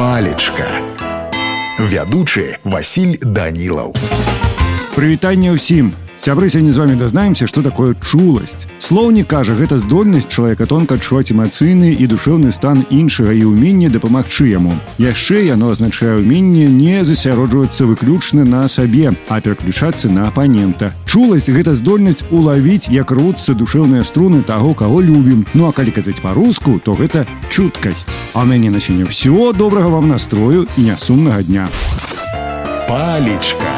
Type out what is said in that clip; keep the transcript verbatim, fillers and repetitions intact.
Палечка. Вядучы Васіль Данілаў. Прывітанне ўсім. Сябры, сёння з вами дазнаемся, што такое чуласць. Слоўнік кажа, гэта здольнасць чалавека тонка адчуваць эмацыйны і душэўны стан іншага і ўменне дапамагчы яму. Яшчэ яно азначае ўменне не засяроджвацца выключна на сабе, а пераключацца на апанента. Чуласць – гэта здольнасць улавіць, як рвуцца душэўныя струны таго, каго любім. Ну а калі казаць па-руску, то гэта чуткасць. А ў мяне на сёння ўсё. Добрага вам настрою і нясумнага дня. Палечка.